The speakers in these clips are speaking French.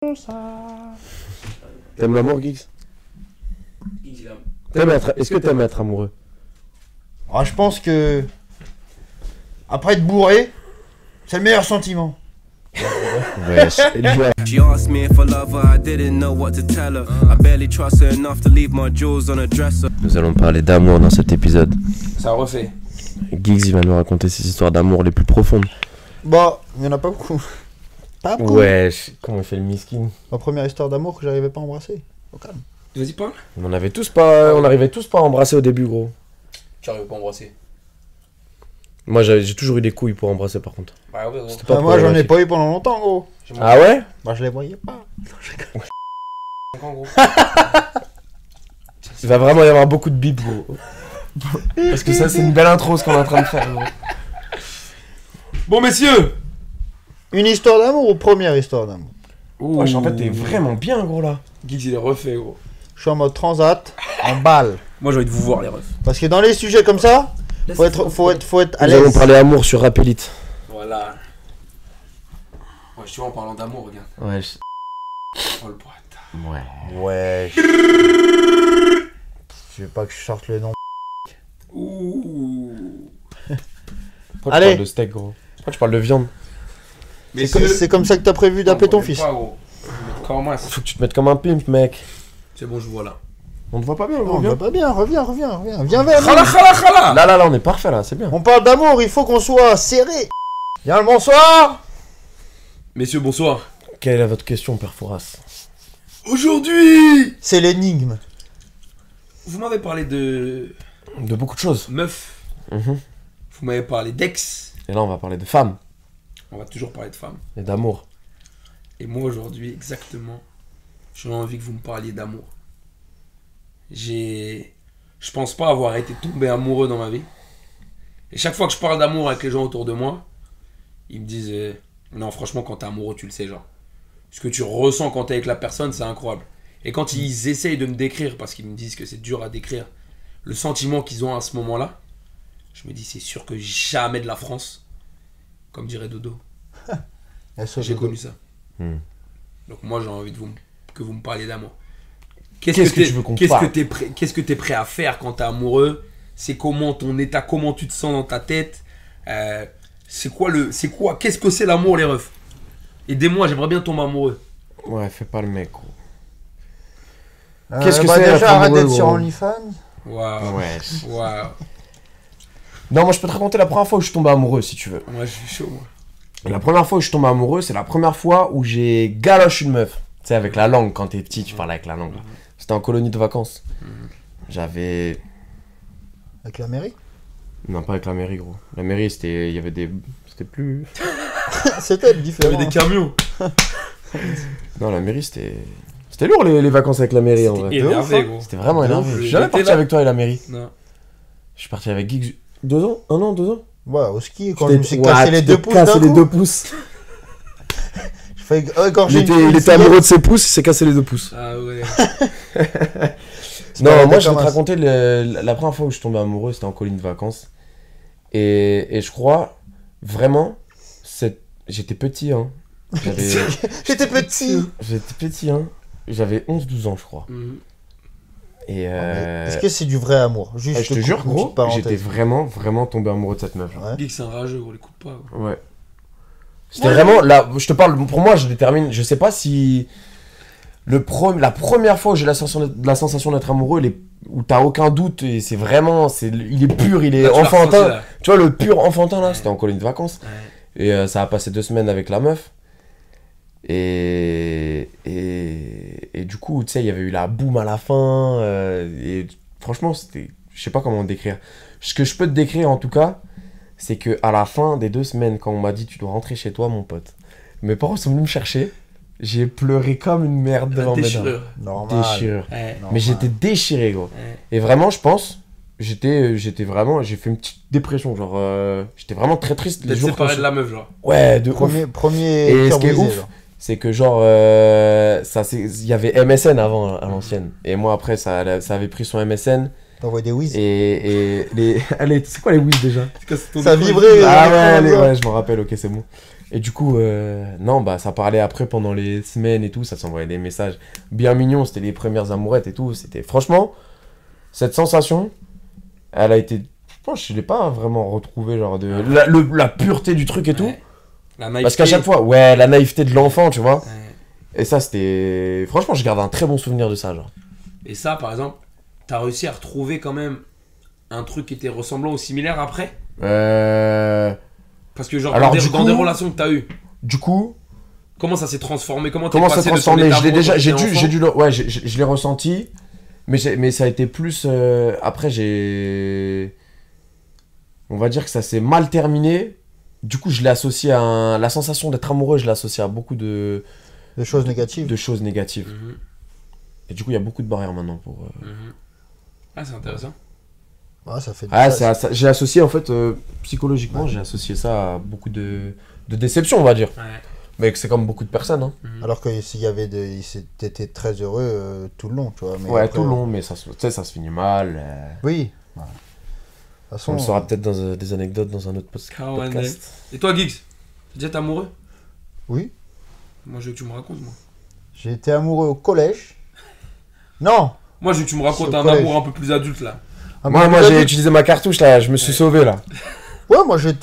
T'aimes l'amour, Giggs? Est-ce que t'aimes être amoureux? Ah, je pense que après être bourré, c'est le meilleur sentiment. Ouais, She asked me if I love her, I didn't know what to tell her. I barely trust her enough to leave my jewels on a dresser. Nous allons parler d'amour dans cet épisode. Ça refait. Giggs, il va nous raconter ses histoires d'amour les plus profondes. Bah, il y en a pas beaucoup. Pas beaucoup. Ouais, comment il fait le miskin. Ma première histoire d'amour que j'arrivais pas à embrasser. Au calme. Vas-y, parle. On arrivait tous pas à embrasser au début, gros. Tu arrives pas à embrasser. Moi, j'ai toujours eu des couilles pour embrasser, par contre. Bah ouais, C'était pas Moi, j'en ai problématique. pas eu pendant longtemps, gros. Ah ouais? Bah, je les voyais pas. gros. Il va vraiment y avoir beaucoup de bip, gros. Parce que ça, c'est une belle intro, ce qu'on est en train de faire, gros. Bon, messieurs. Une histoire d'amour ou première histoire d'amour? Wesh, en fait, t'es vraiment bien, gros, là. Giggs, il est refait, gros. Je suis en mode transat, en balle. Moi, j'ai envie de vous voir, les refs. Parce que dans les sujets comme ça, faut être à Nous allons l'aise. parler amour sur Rapelite. Voilà. Ouais, tu vois, en parlant d'amour, regarde. Ouais, Oh, le poète. ouais. Ouais. Je veux pas que je sorte le nom. Ouh. Pourquoi Allez. tu parles de steak, gros? Pourquoi tu parles de viande? C'est comme ça que t'as prévu d'appeler ton fils. Comment Faut que tu te mettes comme un pimp, mec. C'est bon, je vois là. On te voit pas bien, Non, gros, on viens. va pas bien, reviens. Viens vers nous. Khala. Là, on est parfait, là, c'est bien. On parle d'amour, il faut qu'on soit serré. Bien le bonsoir. Messieurs, bonsoir. Quelle est votre question, Père Fouras? Aujourd'hui, C'est l'énigme. vous m'avez parlé de De beaucoup de choses. meuf. Mhm. Vous m'avez parlé d'ex. Et là, on va parler de femmes On va toujours parler de femmes. et d'amour. Et moi, aujourd'hui, exactement, j'ai envie que vous me parliez d'amour. Je pense pas avoir été tombé amoureux dans ma vie. Et chaque fois que je parle d'amour avec les gens autour de moi, ils me disent non, franchement, quand t'es amoureux, tu le sais, genre. Ce que tu ressens quand t'es avec la personne, c'est incroyable. Et quand ils essayent de me décrire, parce qu'ils me disent que c'est dur à décrire, le sentiment qu'ils ont à ce moment-là, je me dis, c'est sûr que jamais de la France, comme dirait Dodo, j'ai connu ça. Hmm. Donc moi, j'ai envie de que vous me parliez d'amour. Qu'est-ce que tu veux qu'on parle? Qu'est-ce que t'es prêt à faire quand t'es amoureux? C'est comment ton état, comment tu te sens dans ta tête? Qu'est-ce que c'est l'amour, les refs? Aidez-moi, j'aimerais bien tomber amoureux. Ouais, fais pas le mec, gros. Qu'est-ce que c'est, être déjà, arrête amoureux, d'être sur gros. OnlyFans. Waouh. Ouais. Waouh. Non, moi, je peux te raconter la première fois où je suis tombé amoureux, si tu veux. Moi, je suis chaud, moi. Et la première fois où je suis tombé amoureux, c'est la première fois où j'ai galoche une meuf. Tu sais, avec la langue, quand t'es petit, tu parles avec la langue. Là. C'était en colonie de vacances. J'avais... Avec la mairie. Non, pas avec la mairie, gros. La mairie, c'était... Il y avait des... C'était plus... C'était Il y différent. avait des camions. Non, la mairie, c'était... C'était lourd, les vacances avec la mairie, en vrai. Énervé, gros. C'était vraiment De énervé. ouf, Je suis j'ai jamais été parti là. avec toi et la mairie. Non. Je suis parti avec Giggs... 2 ans? 1 an? 2 ans? Ouais, au ski, quand je me suis cassé les tu deux t'es pouces cassé d'un les coup. 2 pouces. Je fais égorger Il était amoureux de ses pouces, il s'est cassé les 2 pouces. Ah ouais. Non, pas moi je vais te Damas. raconter la première fois où je suis tombé amoureux, c'était en colonie de vacances. Et je crois, vraiment, j'étais petit, hein. J'étais petit. J'étais petit, hein. J'avais 11-12 ans, je crois. Mhm. Et Est-ce que c'est du vrai amour? Juste, je te jure, coupe une gros, petite parenthèse. j'étais vraiment tombé amoureux de cette meuf. Genre. Ouais. Geek, c'est un rageux, gros, l'écoute pas. Gros. Ouais. C'était vraiment, là, je te parle, pour moi, je détermine, je sais pas si la première fois où j'ai la sensation d'être amoureux, où t'as aucun doute, et c'est vraiment, il est pur, il est Là, tu l'as ressenti, enfantin. là. Tu vois, le pur enfantin, là, Ouais. c'était en colonie de vacances. Ouais. Et ça a passé 2 semaines avec la meuf. Et du coup, tu sais, il y avait eu la boum à la fin. Et franchement, c'était... Je sais pas comment le décrire. Ce que je peux te décrire, en tout cas, c'est que à la fin des 2 semaines, quand on m'a dit « Tu dois rentrer chez toi, mon pote », mes parents sont venus me chercher. J'ai pleuré comme une merde La devant mes déchirure. darons. Normal. Déchirure. Ouais. Normal. Mais j'étais déchiré, gros. Ouais. Et vraiment, je pense... J'étais vraiment... J'ai fait une petite dépression, genre... j'étais vraiment très triste les D'être jours séparé quand de la meuf, genre. Ouais, de ouf. Premier Et cœur ce qui est brisé, ouf, genre. c'est que genre, il y avait MSN avant à l'ancienne. Et moi après, ça avait pris son MSN. T'envoies des whiz. Et les... Allez, c'est quoi les whiz déjà? Ça vibrait. Ah ouais, je m'en rappelle, ok, c'est bon. Et du coup, non, bah ça parlait après pendant les semaines et tout, ça s'envoyait des messages bien mignons, c'était les premières amourettes et tout. C'était franchement, cette sensation, elle a été. Je l'ai pas vraiment retrouvée, genre de. La pureté du truc et tout. Ouais. La naïveté. Parce qu'à chaque fois, ouais, la naïveté de l'enfant, tu vois. Ouais. Et ça, c'était. Franchement, je garde un très bon souvenir de ça, genre. Et ça, par exemple, t'as réussi à retrouver quand même un truc qui était ressemblant ou similaire après? Parce que genre, Alors, dans des relations que t'as eues, Du coup, comment ça s'est transformé? Comment t'es comment ça passé s'est de ton transformé? état Je l'ai amoureux déjà. quand J'ai t'étais dû. enfant? Ouais, je l'ai ressenti. Mais ça a été plus. Après, j'ai. On va dire que ça s'est mal terminé. Du coup, je l'ai associé à la sensation d'être amoureux, je l'ai associé à beaucoup Des choses négatives. de choses négatives. Mhm, Et du coup, il y a beaucoup de barrières maintenant pour. mhm. Ah, c'est intéressant. Ah, ça fait Ah, ça- j'ai associé en fait psychologiquement, j'ai associé ça à beaucoup de déceptions, on va dire. Ouais. Mais que c'est comme beaucoup de personnes. Hein. Mhm. Alors que s'il y avait t'étais très heureux tout le long, tu vois. Mais Ouais, après, tout le long, mais ça, tu sais, ça se finit mal. Oui. Voilà. De toute On le façon, saura peut-être dans des anecdotes dans un autre Carouane. podcast. Et toi, Giggs, t'es déjà été amoureux? oui. Moi, je veux que tu me racontes, moi. J'ai été amoureux au collège. Non. Moi, je veux que tu me racontes C'est au un collège. amour un peu plus adulte, là. Ah, Moi, mais j'ai t'as utilisé ma cartouche là, je me suis sauvé là. Ouais, moi oui,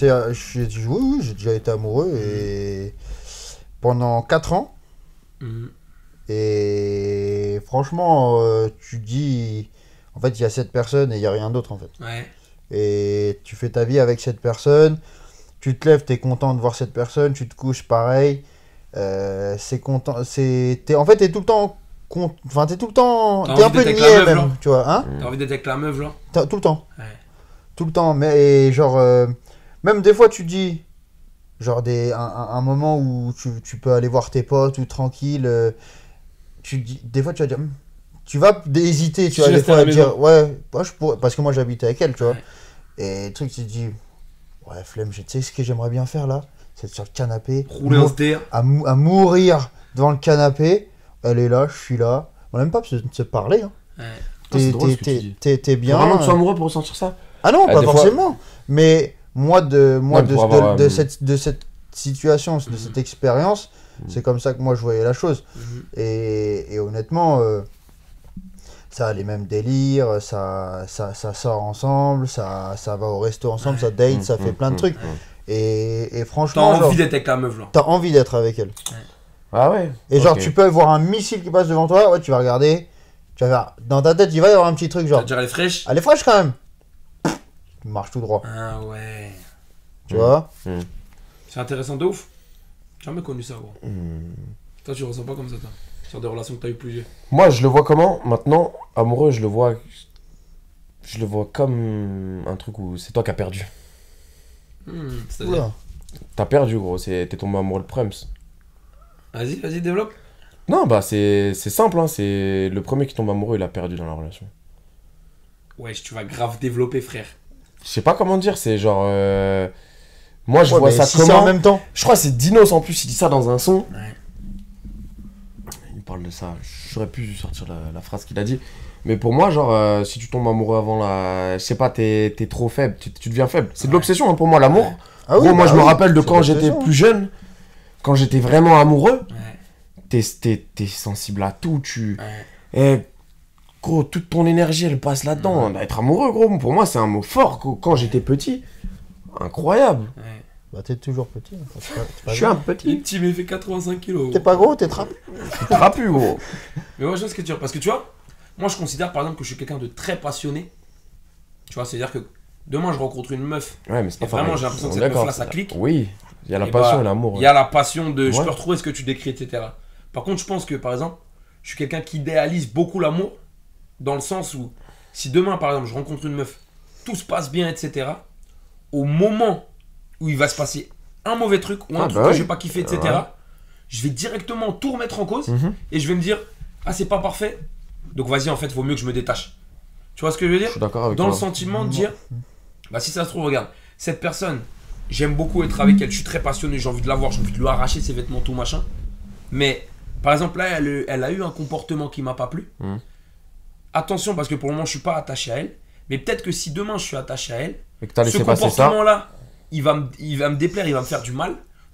j'ai déjà été amoureux et pendant 4 ans. Mhm. Et franchement, tu dis, en fait, il y a cette personne et il n'y a rien d'autre en fait. Ouais. Et tu fais ta vie avec cette personne, tu te lèves, t'es content de voir cette personne, tu te couches pareil. C'est content, en fait, t'es tout le temps, enfin, t'es tout le temps, T'as t'es un envie peu d'être avec la niais meuf, même, genre tu vois, hein, T'as envie d'être avec la meuf, genre? tout le temps. Ouais. Tout le temps, mais et genre, même des fois tu dis, genre un moment où tu peux aller voir tes potes ou tranquille, tu dis, des fois tu vas dire, tu vas hésiter, tu Si vas je des restais fois à la dire, ouais, moi, je pourrais, parce que moi j'habitais avec elle, tu vois, Ouais. et le truc tu te dis, ouais flemme, tu sais ce que j'aimerais bien faire là, c'est être sur le canapé, Rouler en stér. à mourir devant le canapé, elle est là, je suis là, on n'a même pas se parler, hein. Ouais. c'est drôle ce que tu dis. T'es bien. Vraiment, tu sois amoureux pour ressentir ça. Ah non, Ah, pas des fois- forcément. Mais moi, pour avoir, de cette situation, de Mhm. cette expérience, c'est comme ça que moi je voyais la chose. Mhm. Et honnêtement, ça a les mêmes délires, ça sort ensemble, ça va au resto ensemble, ça date, ça fait plein de trucs. Et T'as franchement, genre, envie d'être avec la meuf, genre. t'as envie d'être avec elle. Ah ouais. Et genre, Ok. tu peux voir un missile qui passe devant toi, ouais, tu vas regarder, tu vas faire, dans ta tête, il va y avoir un petit truc T'as genre, déjà les fraîches? elle est fraîche quand même. Il marche tout droit, Ah ouais. tu vois. C'est intéressant de ouf. J'ai jamais connu ça, gros. Hmm. Toi, tu ressens pas comme ça, toi? Sur des relations que t'as eu plusieurs. Moi, je le vois comment maintenant, amoureux, je le vois comme un truc où c'est toi qui as perdu. C'est-à-dire. Oula. T'as perdu, gros. T'es tombé amoureux de Prems. Vas-y, développe. Non, bah c'est simple. Hein, c'est le premier qui tombe amoureux, il a perdu dans la relation. Wesh, tu vas grave développer, frère. Je sais pas comment dire. C'est genre. Moi, je Ouais, vois mais ça si c'est comment. en même temps. Je crois que c'est Dinos en plus. Il dit ça dans un son. Ouais. Il parle de ça. J'aurais pu sortir la phrase qu'il a dit. Mais pour moi, genre, si tu tombes amoureux avant la. Je sais pas, t'es trop faible. Tu deviens faible. C'est de l'obsession hein, pour moi, l'amour. Ouais. Ah Gros, moi, bah je me oui, rappelle de c'est quand j'étais l'obsession. plus jeune. Quand j'étais vraiment amoureux. Ouais. T'es sensible à tout. Ouais. Et, gros, toute ton énergie, elle passe là-dedans. Être amoureux, gros, pour moi, c'est un mot fort. Quand j'étais petit. Incroyable. Ouais. Bah t'es toujours petit. Hein. C'est pas Je suis un grave. Il est petit. petit, mais il fait 85 kilos. T'es pas gros, t'es trapu. Trapu, gros. Mais moi, je vois ce que tu veux dire. Parce que tu vois, moi, je considère par exemple que je suis quelqu'un de très passionné. Tu vois, c'est-à-dire que demain, je rencontre une meuf. Ouais, mais c'est pas Et vraiment, pareil. j'ai l'impression que On est cette d'accord, meuf-là, ça clique. Oui, il y a la Et passion bah, et l'amour. Il y a la passion de. Je Ouais. peux retrouver ce que tu décris, etc. Par contre, je pense que, par exemple, je suis quelqu'un qui idéalise beaucoup l'amour. Dans le sens où, si demain, par exemple, je rencontre une meuf, tout se passe bien, etc. Au moment où il va se passer un mauvais truc ou un Ah, truc bah que oui. je vais pas kiffer, etc. Ouais. Je vais directement tout remettre en cause Mhm. et je vais me dire, ah, c'est pas parfait. Donc, vas-y, en fait, vaut mieux que je me détache. Tu vois ce que je veux dire? Je suis d'accord avec Dans toi. le sentiment de dire, bah si ça se trouve, regarde, cette personne, j'aime beaucoup être avec elle, je suis très passionné, j'ai envie de la voir, j'ai envie de lui arracher ses vêtements, tout machin. Mais, par exemple, là, elle a eu un comportement qui m'a pas plu. Mhm. Attention, parce que pour le moment, je suis pas attaché à elle. Mais peut-être que si demain, je suis attaché à elle, Et que t'as ce laissé passer ça. comportement-là, il va me déplaire, il va me faire du mal.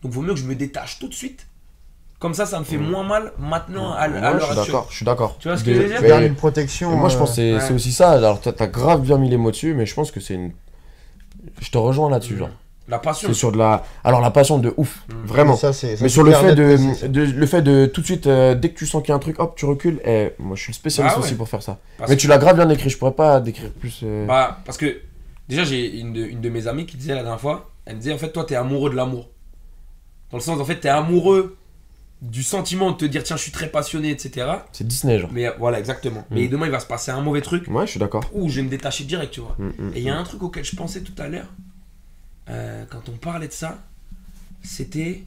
Donc vaut mieux que je me détache tout de suite. Comme ça me fait moins mal maintenant à Ouais, l'heure je suis actuelle. d'accord, je suis d'accord. Tu vois ce que je veux dire? Tu gardes une protection. Moi, je pense que c'est ouais. c'est aussi ça. Alors, t'as grave bien mis les mots dessus, mais je pense que c'est une. Je te rejoins là-dessus, genre. La passion. C'est sur de la. Alors, la passion de ouf, vraiment. Ça, Mais c'est sur le clair, fait net, précis. le fait de tout de suite, dès que tu sens qu'il y a un truc, hop, tu recules. Et moi, je suis le spécialiste Ah ouais. aussi pour faire ça. Parce Mais que- tu l'as grave bien écrit, je pourrais pas décrire plus. Bah, parce que déjà, j'ai une de mes amies qui disait la dernière fois, elle me disait en fait, toi, t'es amoureux de l'amour. Dans le sens, en fait, t'es amoureux du sentiment de te dire, tiens, je suis très passionné, etc. C'est Disney, genre. Mais voilà, exactement. Mais demain, il va se passer un mauvais truc Ouais, je suis d'accord. où je vais me détacher direct, tu vois. Mm, mm, Et il y a un truc auquel je pensais tout à l'heure, quand on parlait de ça, c'était.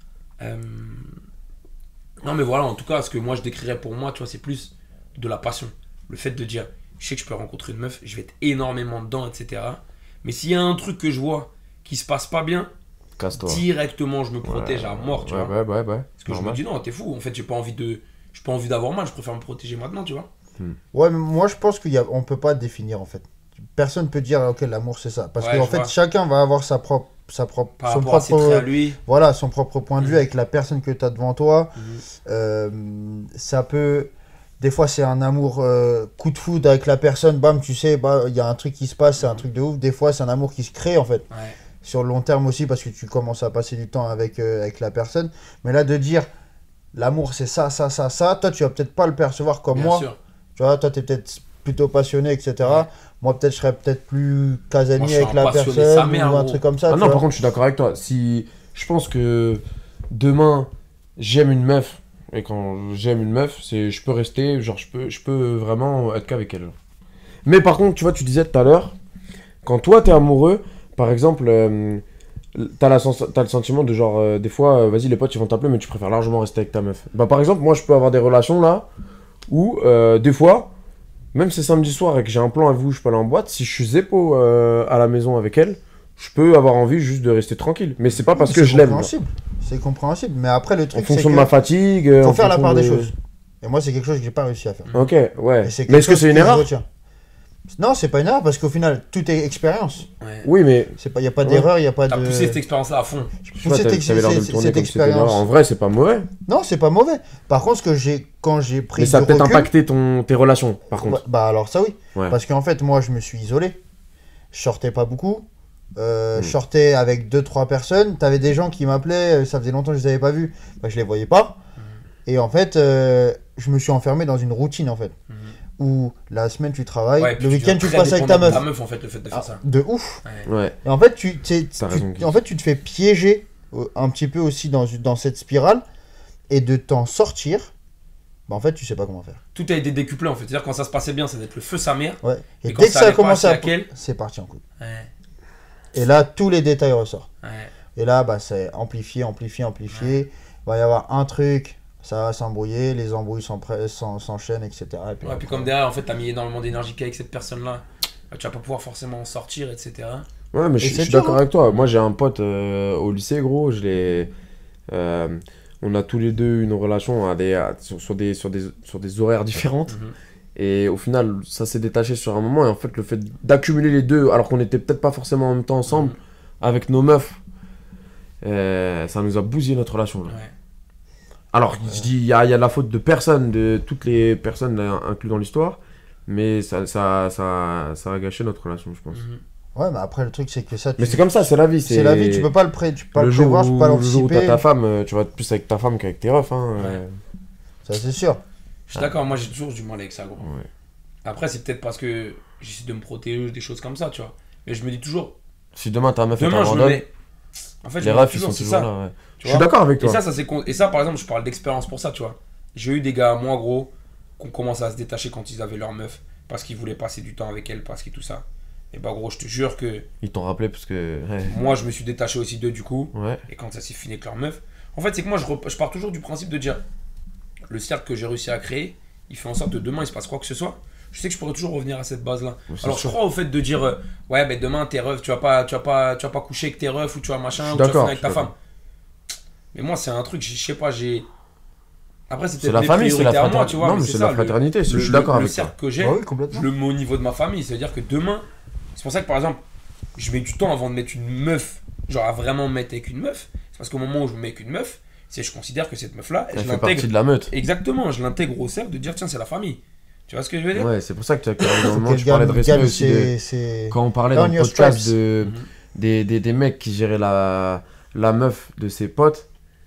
Non, mais voilà, en tout cas, ce que moi je décrirais pour moi, tu vois, c'est plus de la passion. Le fait de dire, je sais que je peux rencontrer une meuf, je vais être énormément dedans, etc. Mais s'il y a un truc que je vois qui se passe pas bien, Casse-toi. directement je me protège à mort, tu vois. Ouais. Parce que Normal. je me dis, non, t'es fou, en fait, j'ai pas envie d'avoir mal, je préfère me protéger maintenant, tu vois. Ouais, mais moi je pense qu'on peut pas définir en fait. Personne peut dire ok l'amour c'est ça parce Ouais, qu'en je fait vois. chacun va avoir Par son rapport à ses traits à lui. voilà son propre point de vue avec la personne que tu as devant toi. Ça peut des fois c'est un amour coup de foudre avec la personne, bam tu sais bah il y a un truc qui se passe, c'est un truc de ouf. Des fois c'est un amour qui se crée en fait. Ouais. Sur le long terme aussi parce que tu commences à passer du temps avec la personne. Mais là de dire l'amour c'est ça, toi tu vas peut-être pas le percevoir comme Bien moi. sûr. Tu vois, toi, t'es peut-être plutôt passionné, etc. Moi, peut-être, je serais peut-être plus casanier Moi, je suis avec un la passionné personne sa mère, ou un gros. truc comme ça. Ah tu non, vois. par contre, je suis d'accord avec toi. Si je pense que demain, j'aime une meuf, et quand j'aime une meuf, c'est je peux rester, genre je peux vraiment être qu'avec elle. Genre. Mais par contre, tu vois, tu disais tout à l'heure, quand toi t'es amoureux, par exemple, t'as le sentiment de genre, des fois, vas-y, les potes ils vont t'appeler, mais tu préfères largement rester avec ta meuf. Bah, par exemple, moi je peux avoir des relations là où, des fois, même si c'est samedi soir et que j'ai un plan à vous, je peux aller en boîte, si je suis zépo à la maison avec elle, je peux avoir envie juste de rester tranquille. Mais c'est pas parce que je l'aime. Genre. C'est compréhensible. Mais après, le En truc, c'est fonction que de ma fatigue. faut en faire la fonction part des de- choses. Et moi, c'est quelque chose que j'ai pas réussi à faire. Ok, ouais. Et c'est Mais quelque est-ce que chose c'est une je erreur? retiens. Non, c'est pas une erreur parce qu'au final, tout est expérience. Ouais. Oui, mais C'est pas, y a pas Ouais. d'erreur, y a pas T'as de. poussé cette expérience-là à fond. je sais pas, Cette ex- t'avais l'air de le cette- tourner cette comme si c'était une erreur. expérience. En vrai, c'est pas mauvais. Non, c'est pas mauvais. Par contre, quand j'ai pris Mais ça a du peut-être recul, impacté tes relations, par contre. bah alors ça oui. Ouais. Parce qu'en fait, moi, je me suis isolé. Je sortais pas beaucoup. Je sortais avec 2-3 personnes. T'avais des gens qui m'appelaient, ça faisait longtemps que je les avais pas vus. Bah, je les voyais pas. Et en fait, je me suis enfermé dans une routine en fait. Où la semaine tu travailles, Ouais, puis le week-end deviens tu très passes avec ta dépendant de meuf. en fait, le fait de faire Ah, ça. de ouf. Ouais. Ouais. Et en fait, T'as raison, Guy. en fait, tu te fais piéger un petit peu aussi dans cette spirale. Et de t'en sortir, bah en fait, tu sais pas comment faire. Tout a été décuplé en fait. C'est-à-dire quand ça se passait bien, ça devait être le feu sa mère. Ouais. Et Et quand dès que ça ça a allait pas, commencé c'est à. laquelle C'est parti en couille. Ouais. Et là, tous les détails ressortent. Ouais. Et là, bah, c'est amplifié. Il va y avoir un truc, ça va s'embrouiller, les embrouilles s'enchaînent, etc. Et puis, Ouais, puis après- comme derrière, en fait, t'as mis énormément d'énergie qu'avec cette personne-là, bah, tu vas pas pouvoir forcément en sortir, etc. Ouais, mais Et je c'est suis dur, d'accord hein. avec toi. Moi, j'ai un pote au lycée, gros. On a tous les deux une relation sur des horaires différentes. Mhm. Et au final, ça s'est détaché sur un moment. Et en fait, le fait d'accumuler les deux, alors qu'on était peut-être pas forcément en même temps ensemble, avec nos meufs, ça nous a bousillé notre relation. Là. Ouais. Alors, je dis, il y a de la faute de personne, de toutes les personnes incluses dans l'histoire. Mais ça a gâché notre relation, je pense. Mhm. Ouais, mais après, le truc, c'est que ça. Mais c'est comme ça, c'est la vie. C'est la vie, tu peux pas le prévoir, tu peux pas Le jour où t'as l'anticiper. ta femme, tu vas être plus avec ta femme qu'avec tes refs. Hein, Ouais. Ça, c'est sûr. Je suis d'accord, moi j'ai toujours du mal avec ça, gros. Ouais. Après, c'est peut-être parce que j'essaie de me protéger, des choses comme ça, tu vois. Mais je me dis toujours, Si demain ta meuf demain je me t'abandonne, mets. En fait, je les me dis refs ils sont c'est toujours ça, là. Ouais. tu Je suis vois. d'accord avec Et toi. ça, et ça, par exemple, je parle d'expérience pour ça, tu vois. J'ai eu des gars, moi, gros, qu'on commence à se détacher quand ils avaient leur meuf, parce qu'ils voulaient passer du temps avec elle, parce que tout ça. Et bah, gros, je te jure que Ils t'ont rappelé parce que. Ouais. moi, je me suis détaché aussi d'eux, du coup. Ouais. Et quand ça s'est fini avec leur meuf, en fait, c'est que moi, je pars toujours du principe de dire le cercle que j'ai réussi à créer, il fait en sorte que demain, il se passe quoi que ce soit. Je sais que je pourrais toujours revenir à cette base-là. Ouais, c'est Alors, je sûr. crois au fait de dire ouais, ben demain, tes refs, tu vas pas coucher avec tes refs ou tu vas machin, Je suis ou tu vas d'accord, finir avec ta je suis femme. Mais moi, c'est un truc, je sais pas, j'ai. Après, c'est C'est peut-être la mes famille, c'est la priorités à moi, fraternité. tu vois. Non, mais mais c'est la ça, fraternité, je suis d'accord le avec toi. cercle que j'ai, Bah oui, complètement. je le mets au niveau de ma famille. C'est-à-dire que demain, c'est pour ça que par exemple, je mets du temps avant de mettre une meuf, genre à vraiment me mettre avec une meuf. C'est Parce qu'au moment où je me mets avec une meuf, c'est je considère que cette meuf-là, Elle je fait partie l'intègre. de la meute. Exactement, je l'intègre au cercle de dire tiens, c'est la famille. Tu vois ce que je veux dire? Ouais, c'est pour ça que tu Quel parlais de respect gars, aussi. Quand on parlait dans Earn le your podcast stripes. des mecs qui géraient la meuf de ses potes.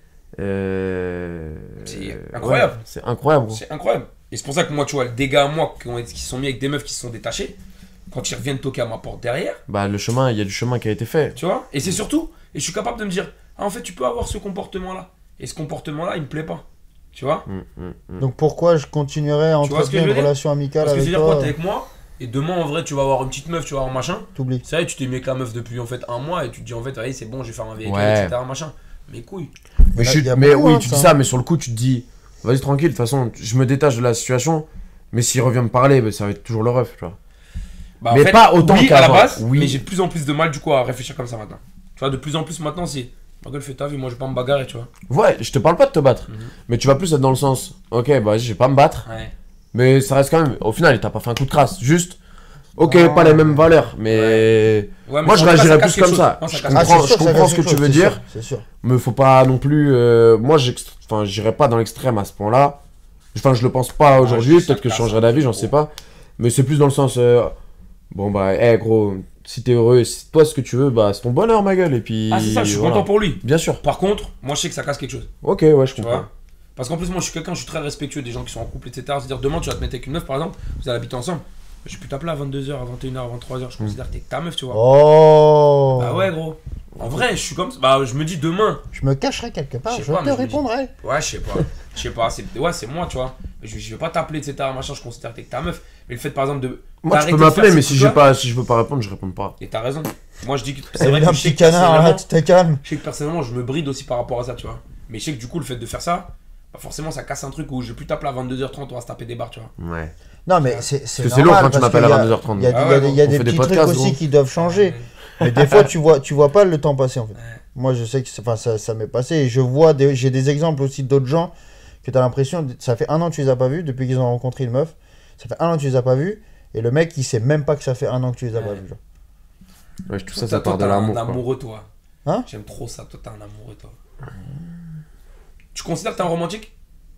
C'est incroyable. Ouais, c'est incroyable, gros. C'est incroyable. Et c'est pour ça que moi, tu vois, des gars à moi qui se sont mis avec des meufs qui se sont détachés, quand ils reviennent toquer à ma porte derrière, Bah, il y a du chemin qui a été fait. tu vois, et c'est surtout, et je suis capable de me dire, ah, en fait, tu peux avoir ce comportement-là. Et ce comportement-là, il me plaît pas. Tu vois? Donc pourquoi je continuerais à vois ce que je entretenir veux une dire? relation amicale Parce que avec c'est-à-dire, quand toi t'es avec moi, et demain, en vrai, tu vas avoir une petite meuf, tu vas avoir machin. T'oublies. C'est vrai, tu t'es mis avec la meuf depuis en fait un mois, et tu te dis, en fait, allez, c'est bon, je vais faire ma vie avec Ouais. elle, etc. Machin. Mais couilles. Mais, Il y a mais beaucoup, oui, hein, tu ça. dis ça, mais sur le coup, tu te dis, vas-y, tranquille, de toute façon, je me détache de la situation. Mais s'il revient me parler, bah, ça va être toujours le ref, tu vois. Bah, Mais pas autant oui, à la qu'avant. base, Oui. mais j'ai de plus en plus de mal, du coup, à réfléchir comme ça maintenant. Tu vois, de plus en plus maintenant, c'est, ma gueule, fais ta vie, moi, je vais pas me bagarrer, tu vois. Ouais, je te parle pas de te battre. Mais tu vas plus être dans le sens, ok, bah, vas-y, je vais pas me battre. Ouais. Mais ça reste quand même, au final, il t'a pas fait un coup de crasse. Juste, ok, Ah. pas les mêmes valeurs. Mais Ouais, mais moi, je en tout cas, réagirais casse plus quelque comme ça. chose. Moi, ça Je casse comprends, quelque je comprends ce que tu veux dire. C'est sûr. Mais faut pas non plus. Moi, j'irai pas dans l'extrême à ce point-là. Enfin, je le pense pas aujourd'hui. ça Peut-être que je casse changerai un d'avis, peu, j'en sais pas. Mais c'est plus dans le sens. Bon, bah, gros, si t'es heureux, si toi, ce que tu veux, bah, c'est ton bonheur, ma gueule. Et puis. Ah, c'est ça, je suis voilà. content pour lui. Bien sûr. Par contre, moi, je sais que ça casse quelque chose. Ok, ouais, je Tu comprends. vois? Parce qu'en plus, moi, je suis très respectueux des gens qui sont en couple, etc. C'est-à-dire, demain, tu vas te mettre avec une meuf, par exemple, vous allez habiter ensemble. Je peux t'appeler à 22h, à 21h, à 23h. Je considère que t'es ta meuf, tu vois. Oh. Bah ouais, gros. En vrai, je suis comme ça. Bah, je me dis demain. Je me cacherai quelque part, Je sais je pas, te mais je me dis- répondrai. Ouais, je sais pas. Je sais pas. C'est moi, tu vois. Je vais pas t'appeler, etc. Machin, je considère que t'es ta meuf. Mais le fait, par exemple, de. Moi, tu d'arrêter peux de m'appeler, faire mais ces si trucs-là- je veux pas répondre, je réponds pas. Et t'as raison. Moi, je dis que. C'est C'est vrai un que je sais petit que canard là, personnellement- tu te calmes. Je sais que personnellement, je me bride aussi par rapport à ça, tu vois. Mais je sais que du coup, le fait de faire ça, bah forcément, ça casse un truc où je vais plus t'appeler à 22h30, on va se taper des barres, tu vois. Ouais. Non, mais c'est Parce que c'est lourd quand tu m'appelles à 22h30. Il y a, Ah il y a ouais, des- il y a on des fait des petits trucs podcasts, aussi gros. qui doivent changer. Mais des fois, tu vois pas le temps passer en fait. Moi, je sais que ça m'est passé et j'ai des exemples aussi d'autres gens que tu as l'impression, ça fait 1 an que tu les as pas vus depuis qu'ils ont rencontré une meuf. Ça fait 1 an que tu les as pas vus et le mec, il sait même pas que ça fait 1 an que tu les as pas vus. Genre. Ouais, tout ça, Toi, ça part de t'as l'amour. un quoi. amoureux, toi. Hein? J'aime trop ça, toi, t'as un amoureux, toi. Tu considères que t'es un romantique?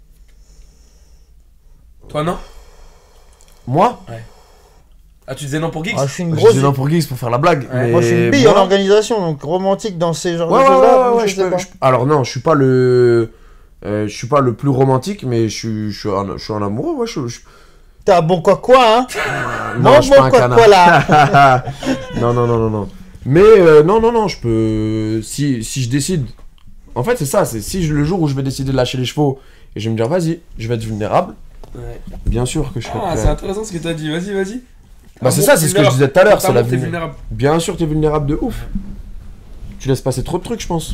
Toi, non? Moi, Ah, tu disais non pour Geeks? Ah, je suis une je grosse. disais non pour Geeks pour faire la blague. Ouais. Mais Moi, je suis une bille moi- en organisation, donc romantique dans ces genres Ouais, de ouais, choses-là. ouais, ouais, je sais pas. Alors non, je suis pas le plus romantique, mais je suis un amoureux, ouais, T'es un bon quoi, hein? non, je suis pas un quoi canard. là. non. Mais non, je peux si je décide. En fait, c'est ça, c'est le jour où je vais décider de lâcher les chevaux et je vais me dire vas-y, je vais être vulnérable. Ouais. Bien sûr que je serai Ah, prêt. c'est intéressant ce que t'as dit, vas-y. Bah c'est ça, c'est ce que je disais tout à l'heure, c'est la T'es vie. vulnérable. Bien sûr, t'es vulnérable de ouf. Tu laisses passer trop de trucs, je pense.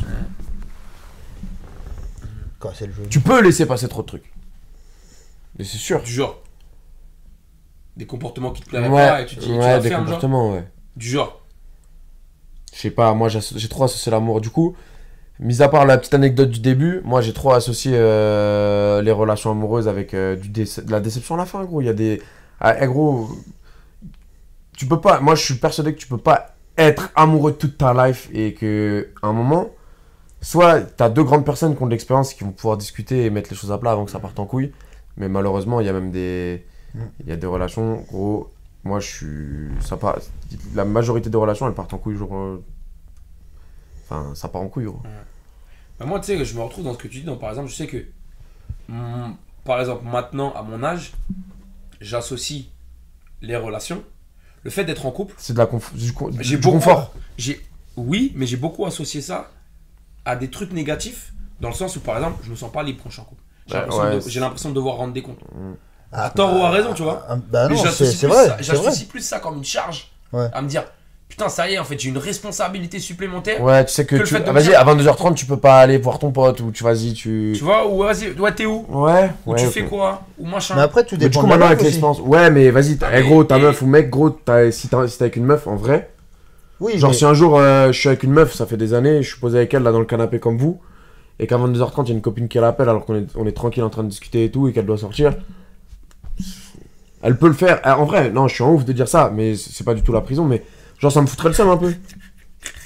Quoi, c'est le jeu. Tu peux laisser passer trop de trucs. Mais c'est sûr. Du genre. Des comportements qui te plairaient Ouais, pas et tu te dis, tu ouais, la des fermes, genre. comportements, ouais. Du genre. Je sais pas, moi j'ai trop associé l'amour. Du coup, mis à part la petite anecdote du début, moi j'ai trop associé les relations amoureuses avec de la déception à la fin, gros. Il y a des. Ah, gros, tu peux pas. Moi je suis persuadé que tu peux pas être amoureux toute ta life et que à un moment, soit t'as 2 grandes personnes qui ont de l'expérience qui vont pouvoir discuter et mettre les choses à plat avant que ça parte en couille. Mais malheureusement, il y a même des. Il y a des relations, gros. Moi, la majorité des relations, elles partent en couille, genre. Enfin, ça part en couille, gros. Bah moi, tu sais, je me retrouve dans ce que tu dis. Donc, par exemple, je sais que, par exemple, maintenant, à mon âge, j'associe les relations. Le fait d'être en couple, C'est de la j'ai du beaucoup, confort. Oui, mais j'ai beaucoup associé ça à des trucs négatifs, dans le sens où, par exemple, je me sens pas libre quand je suis en couple. J'ai l'impression de devoir rendre des comptes. À tort ou à raison, tu vois. Bah Mais non, j'associe c'est plus vrai. ça- C'est vrai. j'associe plus ça comme une charge. Ouais. À me dire, putain, ça y est, en fait, j'ai une responsabilité supplémentaire. Ouais, tu sais que Que le fait de me vas-y, dire- à 22h30, tu peux pas aller voir ton pote ou tu Tu vois, ou vas-y, ouais, t'es où? Ouais, Ou ouais. tu ok. fais quoi? Ou machin. Mais après, tout Mais du dépend coup, de la maintenant, meuf avec aussi. l'expérience. Ouais, mais vas-y, Ah, gros, ta mais- meuf ou mec, gros, si t'es avec une meuf, en vrai. Oui, Genre, mais- si un jour je suis avec une meuf, ça fait des années, je suis posé avec elle là dans le canapé comme vous, et qu'à 22h30, il y a une copine qui l'appelle alors qu'on est tranquille en train de discuter et tout, et qu'elle doit sortir. Elle peut le faire. En vrai, non, je suis en ouf de dire ça, mais c'est pas du tout la prison, mais genre, ça me foutrait le seum un peu.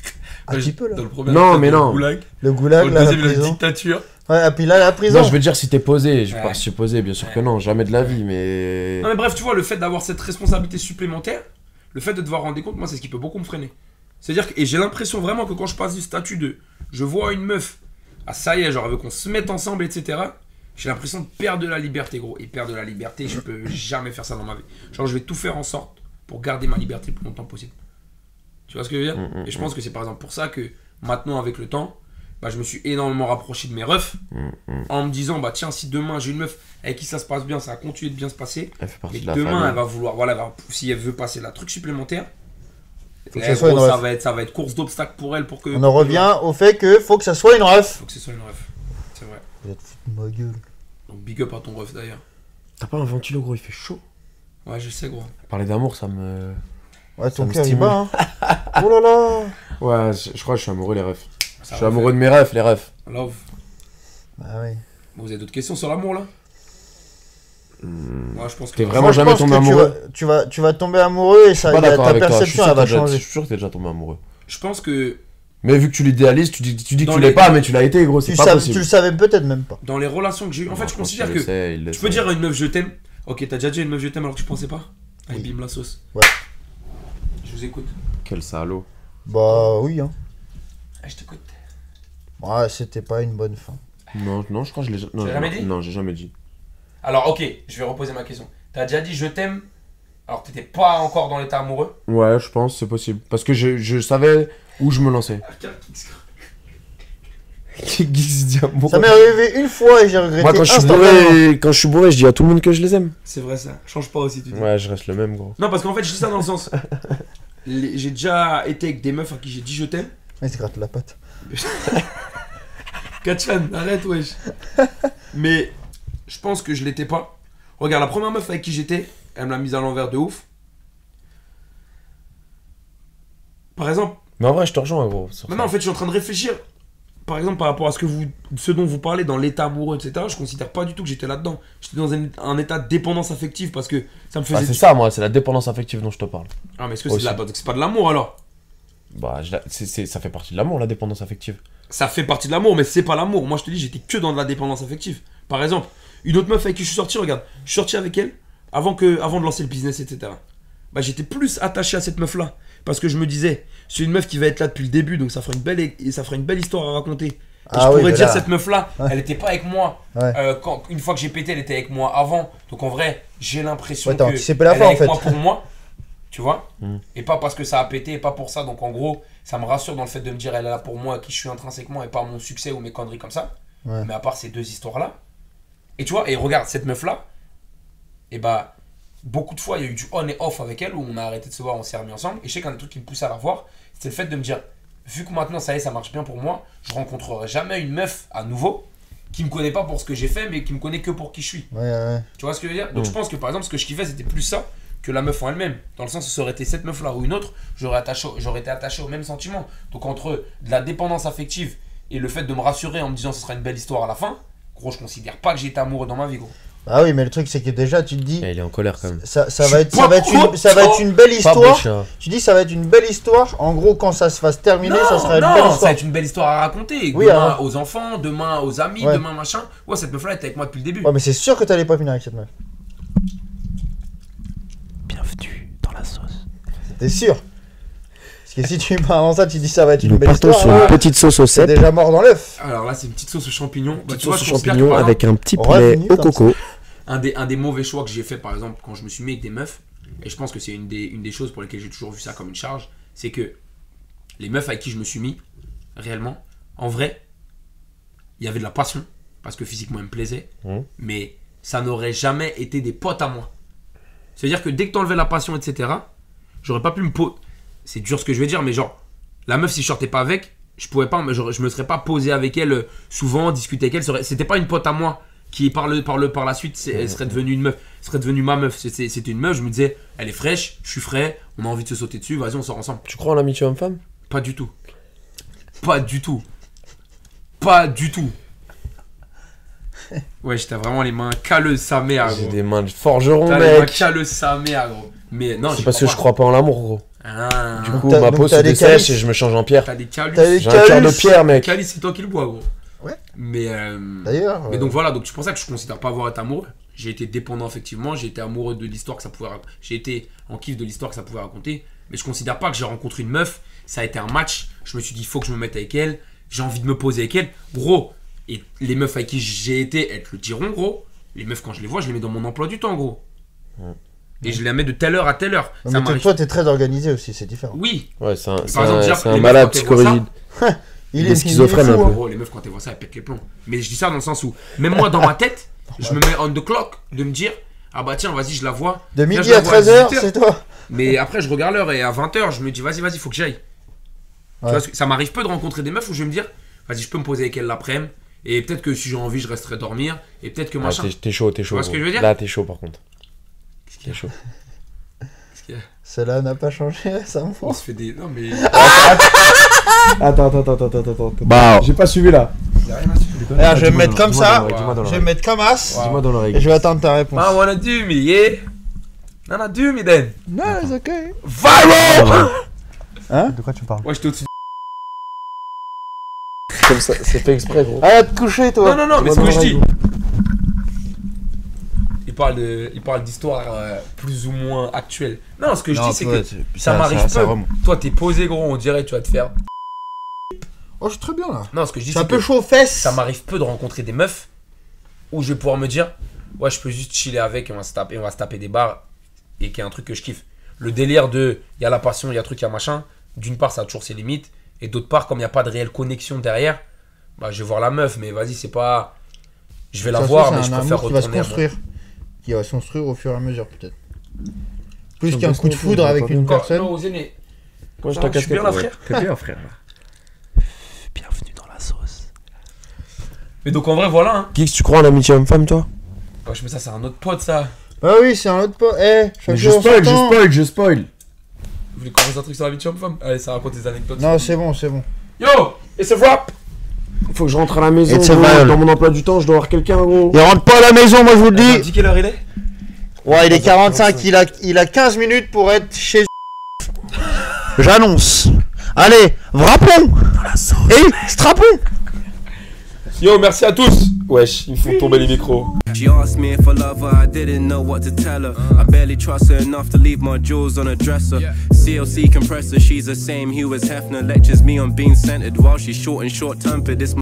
Un petit peu, là. Dans le premier Non, épisode, mais il y a non. le goulag. Le Dans goulag, le là, la deuxième, la prison. dictature. Ouais, et puis là, la prison. Non, je veux dire si t'es posé. Je Ouais. parle si t'es posé, bien sûr que Ouais. non, jamais de la vie, mais. Non mais bref, tu vois, le fait d'avoir cette responsabilité supplémentaire, le fait de devoir rendre des comptes, moi c'est ce qui peut beaucoup me freiner. C'est-à-dire que, et j'ai l'impression vraiment que quand je passe du statut de je vois une meuf, ah ça y est, genre elle veut qu'on se mette ensemble, etc. J'ai l'impression de perdre de la liberté, gros. Et perdre de la liberté, je peux jamais faire ça dans ma vie. Genre je vais tout faire en sorte pour garder ma liberté le plus longtemps possible. Tu vois ce que je veux dire? Et je pense que c'est par exemple pour ça que maintenant avec le temps, bah, je me suis énormément rapproché de mes refs en me disant bah tiens si demain j'ai une meuf avec qui ça se passe bien, ça va continuer de bien se passer. Elle fait partie Et de la demain, famille. elle va vouloir, voilà, si elle veut passer la truc supplémentaire, Faut que eh, ça soit gros, une ça ref. va être course d'obstacles pour elle pour que. On en revient au fait que faut que ça soit une ref. Faut que ce soit une ref. C'est vrai. Vous êtes foutu de ma gueule. Donc big up à ton ref d'ailleurs. T'as pas un ventilo, gros, il fait chaud. Ouais, je sais, gros. Parler d'amour, ça me. Ouais, ton me cœur il stimule. bat, hein. Oh là là. Ouais, je crois que je suis amoureux, les refs. Ça Je suis va, amoureux de mes refs, les refs. Love. Ah ouais. Vous avez d'autres questions sur l'amour là? Moi, je pense que. T'es vraiment Moi, je jamais pense tombé que amoureux. tu vas tomber amoureux et Je ça, suis pas d'accord ta avec toi. Je suis perception sûr elle va que je changer. suis sûr que t'es déjà tombé amoureux. Je pense que Mais vu que tu l'idéalises, tu dis que Dans tu les- l'es pas, mais tu l'as été, gros, c'est Tu pas le possible. savais peut-être même pas. dans les relations que j'ai eues, en fait, Non, je pense considère qu'il que. le sait, il le Tu peux sait. dire à une meuf je t'aime. Ok, t'as déjà dit à une meuf je t'aime alors que tu pensais pas? Allez, bim la sauce. Ouais. Je vous écoute. Quel salaud. Bah oui, hein. Ah, je t'écoute. Ouais, c'était pas une bonne fin. Non, je crois que je l'ai Tu l'as jamais dit? Non, j'ai jamais dit. Alors, ok, je vais reposer ma question. T'as déjà dit je t'aime alors que t'étais pas encore dans l'état amoureux? Ouais, je pense, c'est possible. Parce que je savais où je me lançais. Qui se dit amoureux. Ça m'est arrivé une fois et j'ai regretté. Moi, quand je suis bourré, je dis à tout le monde que je les aime. C'est vrai ça, change pas aussi, tu dis. Ouais, je reste le même, gros. Non, parce qu'en fait, je dis ça dans le sens. J'ai déjà été avec des meufs à qui j'ai dit je t'aime. Il se gratte la patte. Kachan, arrête, wesh. Mais je pense que je l'étais pas. Regarde, la première meuf avec qui j'étais, elle me l'a mise à l'envers de ouf. Par exemple, Mais en vrai, je te rejoins, gros. sur maintenant, ça. en fait, je suis en train de réfléchir. Par exemple, par rapport à ce dont vous parlez dans l'état amoureux, etc., je considère pas du tout que j'étais là-dedans. J'étais dans un état de dépendance affective parce que ça me Bah, faisait. c'est ça, moi, c'est la dépendance affective dont je te parle. Ah, mais est-ce que c'est Aussi. c'est pas de l'amour alors? Bah, ça fait partie de l'amour, la dépendance affective. Ça fait partie de l'amour, mais c'est pas l'amour. Moi, je te dis, j'étais que dans de la dépendance affective. Par exemple, une autre meuf avec qui je suis sorti, regarde, je suis sorti avec elle avant de lancer le business, etc. Bah, j'étais plus attaché à cette meuf-là parce que je me disais, c'est une meuf qui va être là depuis le début, donc ça fera une belle histoire à raconter. Et Ah je oui, pourrais mais dire, là- cette meuf-là, Ouais. elle était pas avec moi. Ouais. Une fois que j'ai pété, elle était avec moi avant. Donc en vrai, j'ai l'impression Ouais, t'as que anticipé la elle fin, est en avec fait. moi pour moi. Tu vois? Mm. Et pas parce que ça a pété, et pas pour ça. Donc en gros, ça me rassure dans le fait de me dire, elle est là pour moi, qui je suis intrinsèquement, et pas mon succès ou mes conneries comme ça. Ouais. Mais à part ces deux histoires-là. Et tu vois, et regarde, cette meuf-là, et bah, beaucoup de fois, il y a eu du on et off avec elle, où on a arrêté de se voir, on s'est remis ensemble. Et je sais qu'un des trucs qui me poussait à la voir, c'était le fait de me dire, vu que maintenant ça y est, ça marche bien pour moi, je rencontrerai jamais une meuf à nouveau qui me connaît pas pour ce que j'ai fait, mais qui me connaît que pour qui je suis. Ouais. Tu vois ce que je veux dire? Donc je pense que par exemple, ce que je kiffais, c'était plus ça que la meuf en elle-même. Dans le sens où ça aurait été cette meuf-là ou une autre, j'aurais été attaché au même sentiment. Donc entre de la dépendance affective et le fait de me rassurer en me disant ce sera une belle histoire à la fin, gros, je considère pas que j'ai été amoureux dans ma vie, gros. Ah oui, mais le truc c'est que déjà tu te dis Et il est en colère quand même. ça Je va être suis pas ça va être une belle Pas histoire. bouche, hein. Tu dis ça va être une belle histoire. En gros, quand ça se fasse terminer, ça sera une belle ça va histoire. être une belle histoire à raconter. Oui, demain hein. aux enfants, demain aux amis, Ouais. demain machin. Ouais, cette meuf-là était avec moi depuis le début. Ouais, mais c'est sûr que t'allais pas finir avec cette meuf. Bienvenue dans la sauce. T'es sûr? Parce que si tu pars avant ça, tu dis ça va être une Nous belle partons histoire. sur hein, une petite sauce au c'est cèpe. déjà mort dans l'œuf. Alors là, c'est une petite sauce aux champignons. Bah, Petite tu vois, sauce je aux considère que, champignons par exemple, avec un petit on aura poulet fini au comme coco. un des mauvais choix que j'ai fait, par exemple, quand je me suis mis avec des meufs, et je pense que c'est une des choses pour lesquelles j'ai toujours vu ça comme une charge, c'est que les meufs avec qui je me suis mis, réellement, en vrai, il y avait de la passion, parce que physiquement, elles me plaisaient, mais ça n'aurait jamais été des potes à moi. C'est-à-dire que dès que t'enlevais la passion, etc., j'aurais pas pu me poser. C'est dur ce que je vais dire, mais genre, la meuf, si je sortais pas avec, je pouvais pas, je me serais pas posé avec elle souvent, discuter avec elle. C'était pas une pote à moi qui, par la suite, elle serait devenue une meuf. Serait devenue ma meuf. C'était une meuf, je me disais, elle est fraîche, je suis frais, on a envie de se sauter dessus, vas-y, on sort ensemble. Tu crois en l'amitié homme-femme? Pas du tout. Pas du tout. Pas du tout. Ouais, j'étais vraiment les mains calleuses, sa mère, J'ai gros. des mains de forgeron, T'as les mains mec. calleuses, sa mère, gros. Mais non, C'est j'y parce que crois je crois pas en l'amour, gros. pas. Ah. Du coup, t'as- ma donc peau t'as se des dessèche calices. et je me change en pierre. T'as des calices. T'as des J'ai un cœur de calices. pierre, mec. Calice, c'est toi qui le bois, gros. Ouais. Mais, D'ailleurs. mais donc voilà, donc c'est pour ça que je considère pas avoir été amoureux. J'ai été dépendant, effectivement. J'ai été amoureux de l'histoire que ça pouvait raconter. J'ai été en kiff de l'histoire que ça pouvait raconter. Mais je considère pas que j'ai rencontré une meuf. Ça a été un match. Je me suis dit, il faut que je me mette avec elle. J'ai envie de me poser avec elle. Gros, et les meufs avec qui j'ai été, elles te le diront, gros. Les meufs, quand je les vois, je les mets dans mon emploi du temps, gros. Et je les mets de telle heure à telle heure. Non, Ça mais m'arrive. toi, t'es très organisé aussi, c'est différent. Oui, Ouais, c'est un, Par exemple, dire, c'est un les malade meufs, quand elles voient ça, psychorigide. Il est schizophrène, fou, un peu. hein. gros, les meufs, quand elles voient ça, elles pètent les plombs. Mais je dis ça dans le sens où, même moi, dans ma tête, je me mets on the clock de me dire, ah bah tiens, vas-y, je la vois. De Viens, midi je la à vois 13h, 18h. c'est toi. Mais après, je regarde l'heure et à 20h, je me dis, vas-y, faut que j'aille. Tu Ouais. vois, ça m'arrive peu de rencontrer des meufs où je vais me dire, vas-y, je peux me poser avec elle l'après-midi. Et peut-être que si j'ai envie, je resterai dormir. Et peut-être que Ah, machin. t'es chaud, t'es chaud. vois ce que gros. je veux dire Là, t'es chaud par contre. Qu'est-ce qu'il T'es y a chaud. Qu'est-ce qu'il y a Cela n'a pas changé récemment. On se fait des. Non, mais. Attends. Bah. J'ai pas suivi là. Alors, je vais me mettre comme ça. Dis-moi dans Je vais me mettre comme as. Dis-moi dans Et l'oreille. je vais attendre ta réponse. I wanna do me, yeah. Nana, do me then. Non, c'est ok. Viral! Hein? De quoi tu parles? Ouais, j'étais au-dessus. Comme ça, c'est fait exprès, gros. Arrête de coucher, toi. Non, mais Dis-moi ce que dans je dis. l'oreille, Il parle d'histoire plus ou moins actuelle. Non, ce que je Non, dis, c'est toi, que c'est- ça m'arrive ça peu. remonte. Toi, t'es posé, gros, on dirait, tu vas te faire. Oh, je suis très bien là. Non, ce que je dis, C'est un c'est peu que chaud aux fesses. ça m'arrive peu de rencontrer des meufs où je vais pouvoir me dire, ouais, je peux juste chiller avec et on va se taper des barres et qu'il y a un truc que je kiffe. Le délire de, il y a la passion, il y a truc, il y a machin. D'une part, ça a toujours ses limites. Et d'autre part, comme il n'y a pas de réelle connexion derrière, bah, je vais voir la meuf, mais vas-y, c'est pas. Je vais la Ça se voir, trouve, mais c'est je un préfère amour qui va se retourner à moi. construire. Qui va se construire au fur et à mesure, peut-être. Plus Ça qu'un me coup de baisse foudre mon avec ton, une encore. personne. Non, aux aînés. Moi, Ça va, je suis bien là, frère. T'es bien, frère. Bienvenue dans la sauce. Mais donc, en vrai, voilà. Hein. Geeks, tu crois en amitié homme-femme, toi? Ouais, mais ça, c'est un autre pote, ça. Ah oui, c'est un autre pote. Eh, chaque Mais je jour, spoil, son temps. je spoil. Vous voulez qu'on fasse un truc sur la vie de femme? Allez, ça raconte des anecdotes. Non, c'est bon, c'est bon. Yo, et c'est rap. Faut que je rentre à la maison, It's a gros. viol. Dans mon emploi du temps, je dois avoir quelqu'un, gros. Il rentre pas à la maison, moi je vous le dis. Dis quelle heure il est? Ouais, il est 45, il a 15 minutes pour être chez. J'annonce. Allez, vrapon. Et strapon. Yo, merci à tous. Wesh, ils me font tomber les micros. She asked me if I love her, I didn't know what to tell her. I barely trust her enough to leave my jewels on a dresser. CLC compressor, she's the same hue as Hefner. Lectures me on being centered while she's short and short tempered. This